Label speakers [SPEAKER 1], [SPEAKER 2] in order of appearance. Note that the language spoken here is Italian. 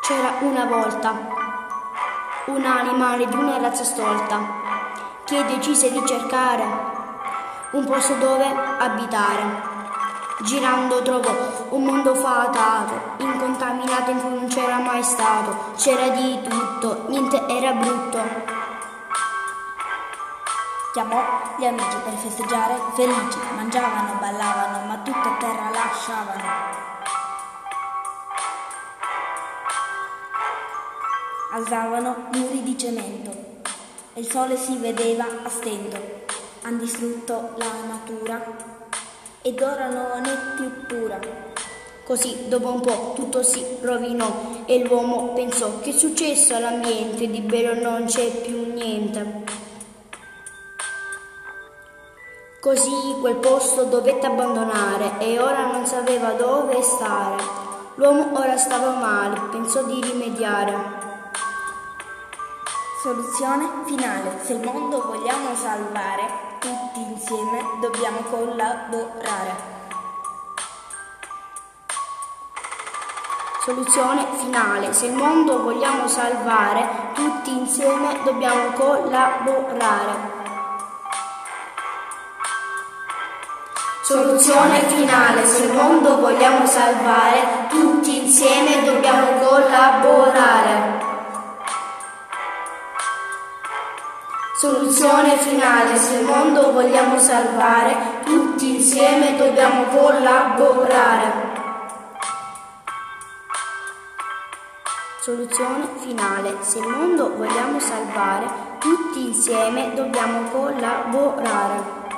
[SPEAKER 1] C'era una volta un animale di una razza stolta che decise di cercare un posto dove abitare. Girando trovò un mondo fatato, incontaminato, in cui non c'era mai stato. C'era di tutto, niente era brutto.
[SPEAKER 2] Chiamò gli amici per festeggiare felici, mangiavano, ballavano, ma tutto a terra lasciavano. Alzavano muri di cemento e il sole si vedeva a stento. Han distrutto la natura ed ora non è più pura.
[SPEAKER 1] Così dopo un po' tutto si rovinò e l'uomo pensò: che è successo all'ambiente? Di bello non c'è più niente. Così quel posto dovette abbandonare e ora non sapeva dove stare. L'uomo ora stava male, pensò di rimediare.
[SPEAKER 2] Soluzione finale: se il mondo vogliamo salvare, tutti insieme dobbiamo collaborare.
[SPEAKER 1] Soluzione finale: se il mondo vogliamo salvare, tutti insieme dobbiamo collaborare. Soluzione finale: se il mondo vogliamo salvare, tutti insieme dobbiamo collaborare. Soluzione finale: se il mondo vogliamo salvare, tutti insieme dobbiamo collaborare. Soluzione finale: se il mondo vogliamo salvare, tutti insieme dobbiamo collaborare.